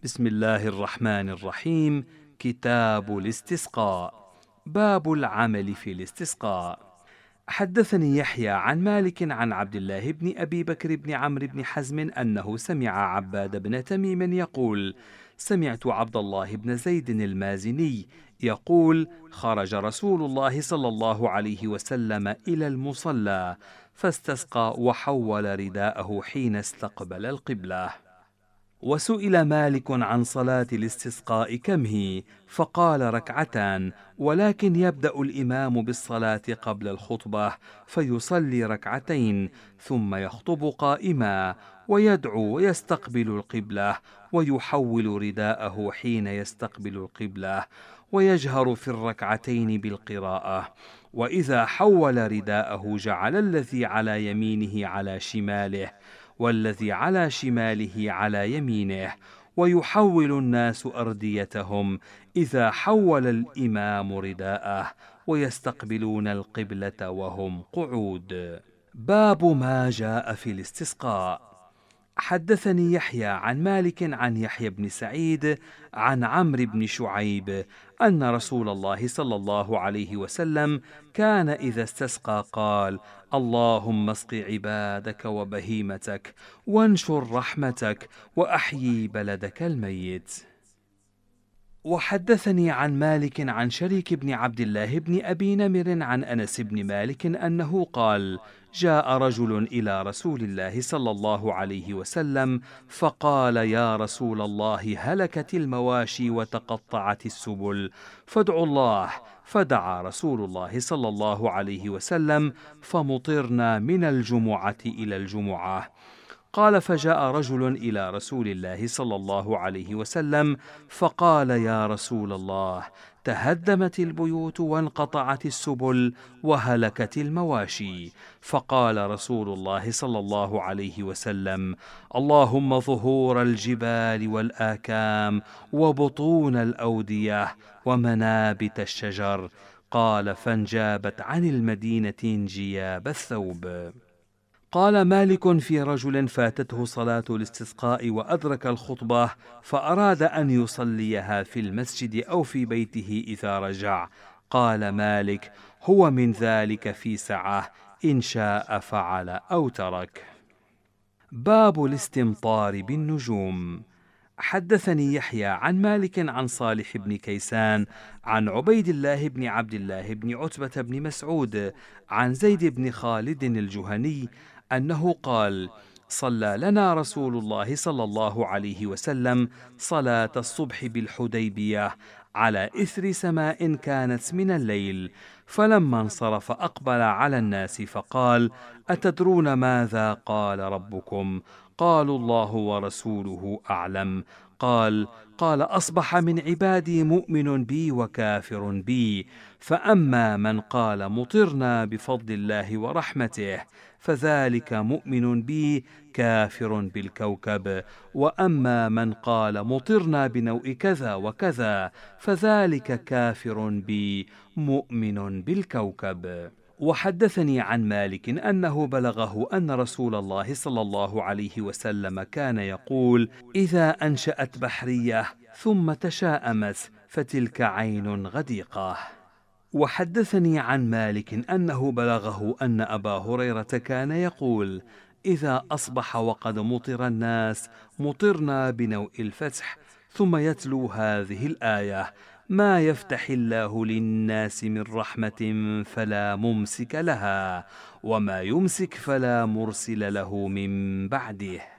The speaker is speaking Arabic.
بسم الله الرحمن الرحيم. كتاب الاستسقاء. باب العمل في الاستسقاء. حدثني يحيى عن مالك عن عبد الله بن أبي بكر بن عمرو بن حزم أنه سمع عباد بن تميم يقول: سمعت عبد الله بن زيد المازني يقول: خرج رسول الله صلى الله عليه وسلم إلى المصلى فاستسقى وحول رداءه حين استقبل القبلة. وسئل مالك عن صلاة الاستسقاء كم هي، فقال: ركعتان، ولكن يبدأ الإمام بالصلاة قبل الخطبة فيصلي ركعتين ثم يخطب قائما ويدعو ويستقبل القبلة ويحول رداءه حين يستقبل القبلة ويجهر في الركعتين بالقراءة، وإذا حول رداءه جعل الذي على يمينه على شماله والذي على شماله على يمينه، ويحول الناس أرديتهم إذا حول الإمام رداءه ويستقبلون القبلة وهم قعود. باب ما جاء في الاستسقاء. حدثني يحيى عن مالك عن يحيى بن سعيد عن عمرو بن شعيب أن رسول الله صلى الله عليه وسلم كان إذا استسقى قال: اللهم اسق عبادك وبهيمتك وانشر رحمتك وأحيي بلدك الميت. وحدثني عن مالك عن شريك بن عبد الله بن أبي نمر عن أنس بن مالك أنه قال: جاء رجل إلى رسول الله صلى الله عليه وسلم فقال: يا رسول الله، هلكت المواشي وتقطعت السبل، فادعوا الله. فدعا رسول الله صلى الله عليه وسلم فمطرنا من الجمعة إلى الجمعة. قال: فجاء رجل إلى رسول الله صلى الله عليه وسلم فقال: يا رسول الله، تهدمت البيوت وانقطعت السبل وهلكت المواشي. فقال رسول الله صلى الله عليه وسلم: اللهم ظهور الجبال والآكام وبطون الأودية ومنابت الشجر. قال: فانجابت عن المدينة انجياب الثوب. قال مالك: في رجل فاتته صلاة الاستسقاء وأدرك الخطبة فأراد أن يصليها في المسجد أو في بيته إذا رجع. قال مالك: هو من ذلك في سعة، إن شاء فعل أو ترك. باب الاستمطار بالنجوم. حدثني يحيى عن مالك عن صالح بن كيسان عن عبيد الله بن عبد الله بن عتبة بن مسعود عن زيد بن خالد الجهني أنه قال: صلى لنا رسول الله صلى الله عليه وسلم صلاة الصبح بالحديبية على إثر سماء كانت من الليل، فلما انصرف أقبل على الناس فقال: أتدرون ماذا قال ربكم؟ قالوا: الله ورسوله أعلم. قال: أصبح من عبادي مؤمن بي وكافر بي، فأما من قال مطرنا بفضل الله ورحمته فذلك مؤمن بي كافر بالكوكب، وأما من قال مطرنا بنوء كذا وكذا فذلك كافر بي مؤمن بالكوكب. وحدثني عن مالك أنه بلغه أن رسول الله صلى الله عليه وسلم كان يقول: إذا أنشأت بحرية ثم تشاءمت فتلك عين غديقة. وحدثني عن مالك أنه بلغه أن أبا هريرة كان يقول: إذا أصبح وقد مطر الناس مطرنا بنوء الفتح، ثم يتلو هذه الآية: ما يفتح الله للناس من رحمة فلا ممسك لها، وما يمسك فلا مرسل له من بعده.